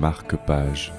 marque-page.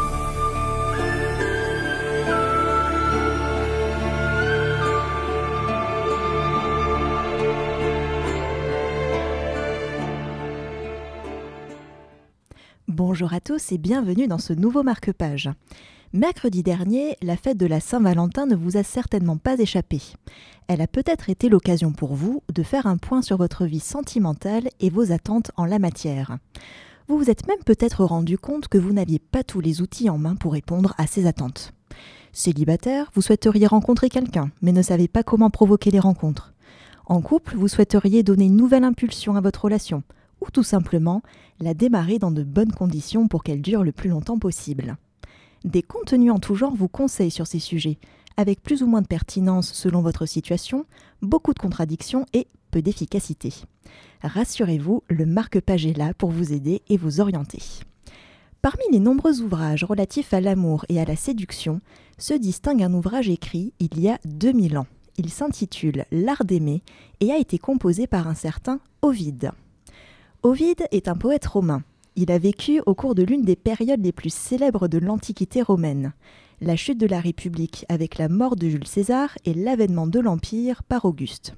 Bonjour à tous et bienvenue dans ce nouveau marque-page. Mercredi dernier, la fête de la Saint-Valentin ne vous a certainement pas échappé. Elle a peut-être été l'occasion pour vous de faire un point sur votre vie sentimentale et vos attentes en la matière. Vous vous êtes même peut-être rendu compte que vous n'aviez pas tous les outils en main pour répondre à ces attentes. Célibataire, vous souhaiteriez rencontrer quelqu'un, mais ne savez pas comment provoquer les rencontres. En couple, vous souhaiteriez donner une nouvelle impulsion à votre relation, ou tout simplement la démarrer dans de bonnes conditions pour qu'elle dure le plus longtemps possible. Des contenus en tout genre vous conseillent sur ces sujets, avec plus ou moins de pertinence selon votre situation, beaucoup de contradictions et peu d'efficacité. Rassurez-vous, le marque-page est là pour vous aider et vous orienter. Parmi les nombreux ouvrages relatifs à l'amour et à la séduction, se distingue un ouvrage écrit il y a 2000 ans. Il s'intitule « L'art d'aimer » et a été composé par un certain Ovide. Ovide est un poète romain. Il a vécu au cours de l'une des périodes les plus célèbres de l'Antiquité romaine, la chute de la République avec la mort de Jules César et l'avènement de l'Empire par Auguste.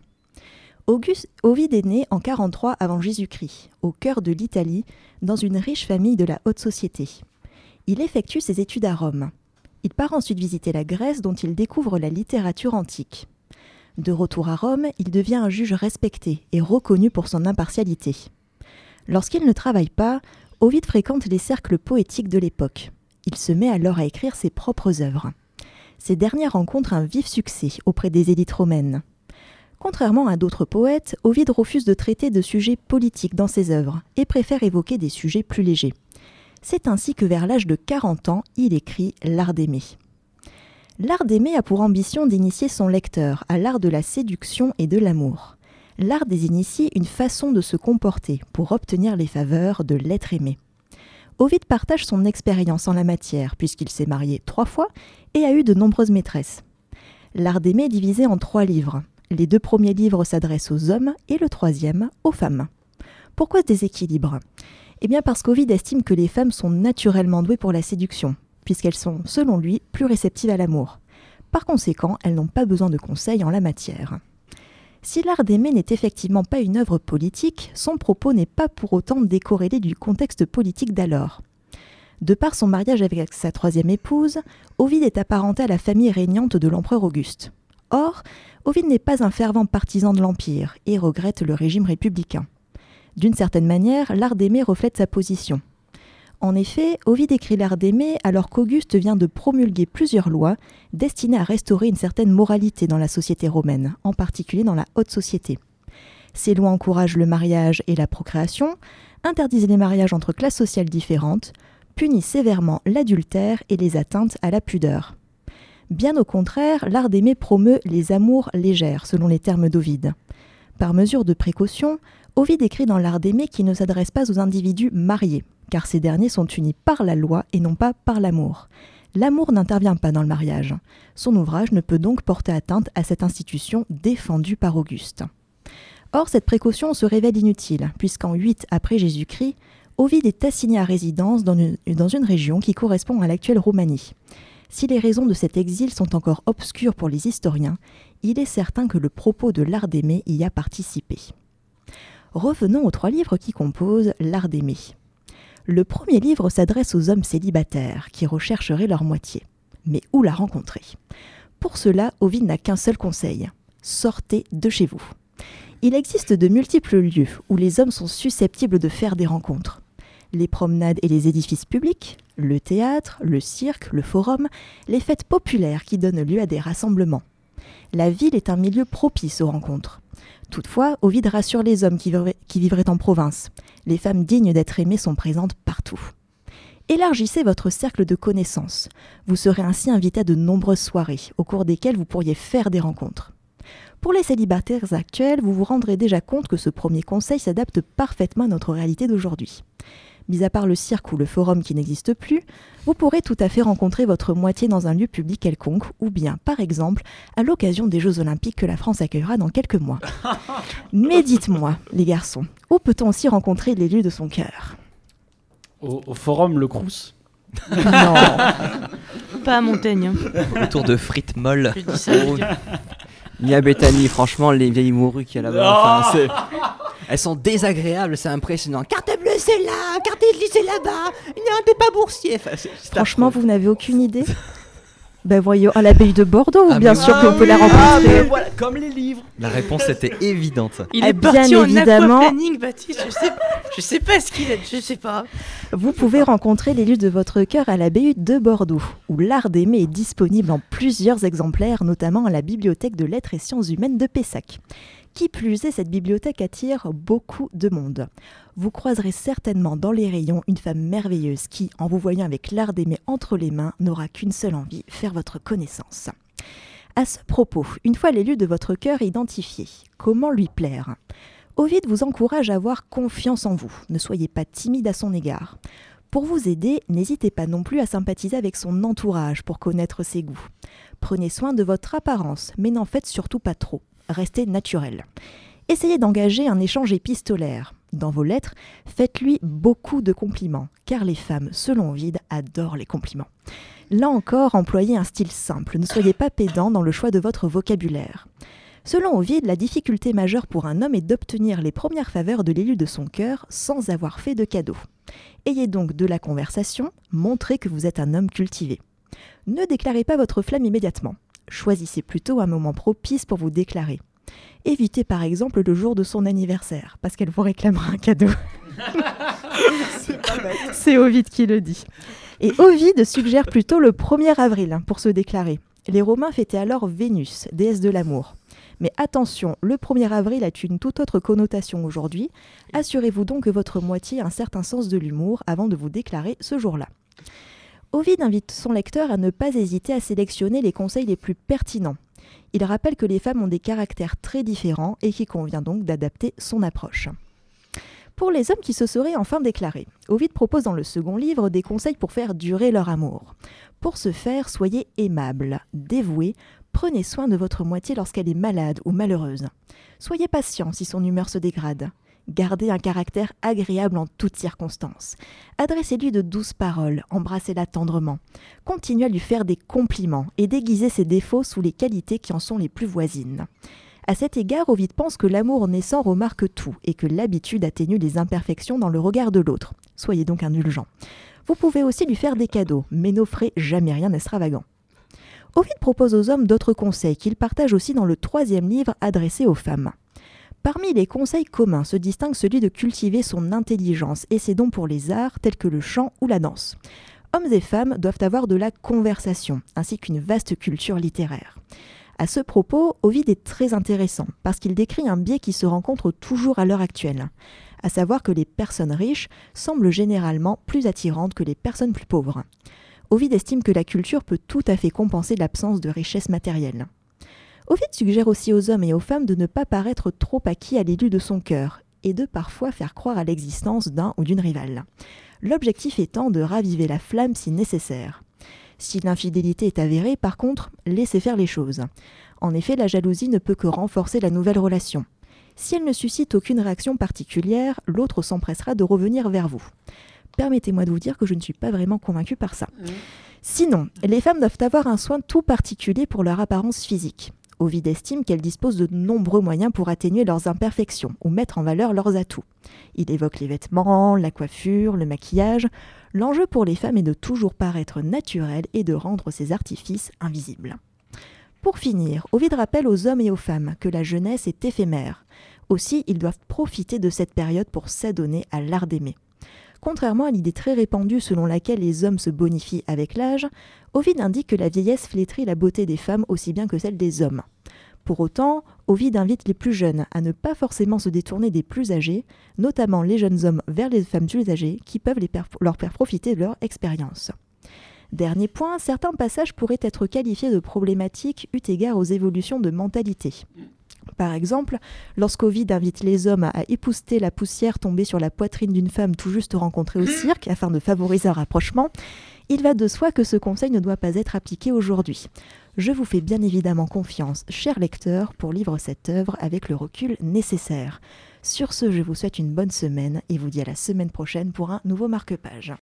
Ovide est né en 43 avant Jésus-Christ, au cœur de l'Italie, dans une riche famille de la haute société. Il effectue ses études à Rome. Il part ensuite visiter la Grèce dont il découvre la littérature antique. De retour à Rome, il devient un juge respecté et reconnu pour son impartialité. Lorsqu'il ne travaille pas, Ovide fréquente les cercles poétiques de l'époque. Il se met alors à écrire ses propres œuvres. Ces dernières rencontrent un vif succès auprès des élites romaines. Contrairement à d'autres poètes, Ovide refuse de traiter de sujets politiques dans ses œuvres et préfère évoquer des sujets plus légers. C'est ainsi que vers l'âge de 40 ans, il écrit « L'art d'aimer ». L'art d'aimer a pour ambition d'initier son lecteur à l'art de la séduction et de l'amour. L'art désigne ici une façon de se comporter pour obtenir les faveurs de l'être aimé. Ovide partage son expérience en la matière puisqu'il s'est marié 3 fois et a eu de nombreuses maîtresses. L'art d'aimer est divisé en 3 livres. Les 2 premiers livres s'adressent aux hommes et le 3e aux femmes. Pourquoi ce déséquilibre ? Eh bien parce qu'Ovide estime que les femmes sont naturellement douées pour la séduction, puisqu'elles sont, selon lui, plus réceptives à l'amour. Par conséquent, elles n'ont pas besoin de conseils en la matière. Si l'art d'aimer n'est effectivement pas une œuvre politique, son propos n'est pas pour autant décorrélé du contexte politique d'alors. De par son mariage avec sa 3e épouse, Ovide est apparenté à la famille régnante de l'empereur Auguste. Or, Ovide n'est pas un fervent partisan de l'Empire et regrette le régime républicain. D'une certaine manière, l'art d'aimer reflète sa position. En effet, Ovide écrit l'art d'aimer alors qu'Auguste vient de promulguer plusieurs lois destinées à restaurer une certaine moralité dans la société romaine, en particulier dans la haute société. Ces lois encouragent le mariage et la procréation, interdisent les mariages entre classes sociales différentes, punissent sévèrement l'adultère et les atteintes à la pudeur. Bien au contraire, l'art d'aimer promeut les amours légères, selon les termes d'Ovide. Par mesure de précaution, Ovide écrit dans l'art d'aimer qu'il ne s'adresse pas aux individus mariés, car ces derniers sont unis par la loi et non pas par l'amour. L'amour n'intervient pas dans le mariage. Son ouvrage ne peut donc porter atteinte à cette institution défendue par Auguste. Or, cette précaution se révèle inutile, puisqu'en 8 après Jésus-Christ, Ovide est assigné à résidence dans une région qui correspond à l'actuelle Roumanie. Si les raisons de cet exil sont encore obscures pour les historiens, il est certain que le propos de l'art d'aimer y a participé. Revenons aux 3 livres qui composent l'art d'aimer. Le premier livre s'adresse aux hommes célibataires qui rechercheraient leur moitié. Mais où la rencontrer ? Pour cela, Ovide n'a qu'un seul conseil : sortez de chez vous. Il existe de multiples lieux où les hommes sont susceptibles de faire des rencontres. Les promenades et les édifices publics, le théâtre, le cirque, le forum, les fêtes populaires qui donnent lieu à des rassemblements. La ville est un milieu propice aux rencontres. Toutefois, Ovide rassure les hommes qui vivraient en province. Les femmes dignes d'être aimées sont présentes partout. Élargissez votre cercle de connaissances. Vous serez ainsi invité à de nombreuses soirées, au cours desquelles vous pourriez faire des rencontres. Pour les célibataires actuels, vous vous rendrez déjà compte que ce premier conseil s'adapte parfaitement à notre réalité d'aujourd'hui. Mis à part le cirque ou le forum qui n'existe plus, vous pourrez tout à fait rencontrer votre moitié dans un lieu public quelconque ou bien, par exemple, à l'occasion des Jeux Olympiques que la France accueillera dans quelques mois. Mais dites-moi, les garçons, où peut-on aussi rencontrer l'élu de son cœur ? Au forum, le Crous. Non. Pas à Montaigne. Hein. Autour de frites molles. Je dis ça. Ni à Béthanie, franchement, les vieilles morues qu'il y a là-bas, elles sont désagréables, c'est impressionnant. Carte bleue, c'est là, carte de c'est là-bas. Non, t'es pas boursier. Franchement, vous n'avez aucune idée? Ben voyons, à l'abbaye de Bordeaux, bien sûr que vous pouvez la Ah, rencontrer. mais voilà, comme les livres. La réponse était évidente. Il Ah, est bien parti en évidemment. aquaplaning, Baptiste. Je sais pas ce qu'il a. Je sais pas. Vous pouvez rencontrer l'élu de votre cœur à l'abbaye de Bordeaux, où l'art d'aimer est disponible en plusieurs exemplaires, notamment à la bibliothèque de lettres et sciences humaines de Pessac. Qui plus est, cette bibliothèque attire beaucoup de monde. Vous croiserez certainement dans les rayons une femme merveilleuse qui, en vous voyant avec l'art d'aimer entre les mains, n'aura qu'une seule envie, faire votre connaissance. À ce propos, une fois l'élu de votre cœur identifié, comment lui plaire ? Ovide vous encourage à avoir confiance en vous. Ne soyez pas timide à son égard. Pour vous aider, n'hésitez pas non plus à sympathiser avec son entourage pour connaître ses goûts. Prenez soin de votre apparence, mais n'en faites surtout pas trop. Restez naturel. Essayez d'engager un échange épistolaire. Dans vos lettres, faites-lui beaucoup de compliments, car les femmes, selon Ovide, adorent les compliments. Là encore, employez un style simple. Ne soyez pas pédant dans le choix de votre vocabulaire. Selon Ovide, la difficulté majeure pour un homme est d'obtenir les premières faveurs de l'élu de son cœur sans avoir fait de cadeau. Ayez donc de la conversation, montrez que vous êtes un homme cultivé. Ne déclarez pas votre flamme immédiatement. Choisissez plutôt un moment propice pour vous déclarer. Évitez par exemple le jour de son anniversaire, parce qu'elle vous réclamera un cadeau. C'est Ovide qui le dit. Et Ovide suggère plutôt le 1er avril pour se déclarer. Les Romains fêtaient alors Vénus, déesse de l'amour. Mais attention, le 1er avril a une toute autre connotation aujourd'hui. Assurez-vous donc que votre moitié a un certain sens de l'humour avant de vous déclarer ce jour-là. Ovide invite son lecteur à ne pas hésiter à sélectionner les conseils les plus pertinents. Il rappelle que les femmes ont des caractères très différents et qu'il convient donc d'adapter son approche. Pour les hommes qui se seraient enfin déclarés, Ovide propose dans le second livre des conseils pour faire durer leur amour. Pour ce faire, soyez aimable, dévoué, prenez soin de votre moitié lorsqu'elle est malade ou malheureuse. Soyez patient si son humeur se dégrade. Gardez un caractère agréable en toutes circonstances. Adressez-lui de douces paroles, embrassez-la tendrement. Continuez à lui faire des compliments et déguisez ses défauts sous les qualités qui en sont les plus voisines. À cet égard, Ovide pense que l'amour naissant remarque tout et que l'habitude atténue les imperfections dans le regard de l'autre. Soyez donc indulgent. Vous pouvez aussi lui faire des cadeaux, mais n'offrez jamais rien d'extravagant. Ovide propose aux hommes d'autres conseils qu'il partage aussi dans le 3e livre adressé aux femmes. Parmi les conseils communs se distingue celui de cultiver son intelligence et ses dons pour les arts tels que le chant ou la danse. Hommes et femmes doivent avoir de la conversation, ainsi qu'une vaste culture littéraire. À ce propos, Ovide est très intéressant parce qu'il décrit un biais qui se rencontre toujours à l'heure actuelle, à savoir que les personnes riches semblent généralement plus attirantes que les personnes plus pauvres. Ovide estime que la culture peut tout à fait compenser l'absence de richesse matérielle. Ovide suggère aussi aux hommes et aux femmes de ne pas paraître trop acquis à l'élu de son cœur et de parfois faire croire à l'existence d'un ou d'une rivale. L'objectif étant de raviver la flamme si nécessaire. Si l'infidélité est avérée, par contre, laissez faire les choses. En effet, la jalousie ne peut que renforcer la nouvelle relation. Si elle ne suscite aucune réaction particulière, l'autre s'empressera de revenir vers vous. Permettez-moi de vous dire que je ne suis pas vraiment convaincue par ça. Sinon, les femmes doivent avoir un soin tout particulier pour leur apparence physique. Ovide estime qu'elles disposent de nombreux moyens pour atténuer leurs imperfections ou mettre en valeur leurs atouts. Il évoque les vêtements, la coiffure, le maquillage. L'enjeu pour les femmes est de toujours paraître naturelle et de rendre ces artifices invisibles. Pour finir, Ovide rappelle aux hommes et aux femmes que la jeunesse est éphémère. Aussi, ils doivent profiter de cette période pour s'adonner à l'art d'aimer. Contrairement à l'idée très répandue selon laquelle les hommes se bonifient avec l'âge, Ovide indique que la vieillesse flétrit la beauté des femmes aussi bien que celle des hommes. Pour autant, Ovide invite les plus jeunes à ne pas forcément se détourner des plus âgés, notamment les jeunes hommes vers les femmes plus âgées qui peuvent leur faire profiter de leur expérience. Dernier point, certains passages pourraient être qualifiés de problématiques eu égard aux évolutions de mentalité. Par exemple, lorsqu'Ovide invite les hommes à épousseter la poussière tombée sur la poitrine d'une femme tout juste rencontrée au cirque afin de favoriser un rapprochement, il va de soi que ce conseil ne doit pas être appliqué aujourd'hui. Je vous fais bien évidemment confiance, cher lecteur, pour lire cette œuvre avec le recul nécessaire. Sur ce, je vous souhaite une bonne semaine et vous dis à la semaine prochaine pour un nouveau marque-page.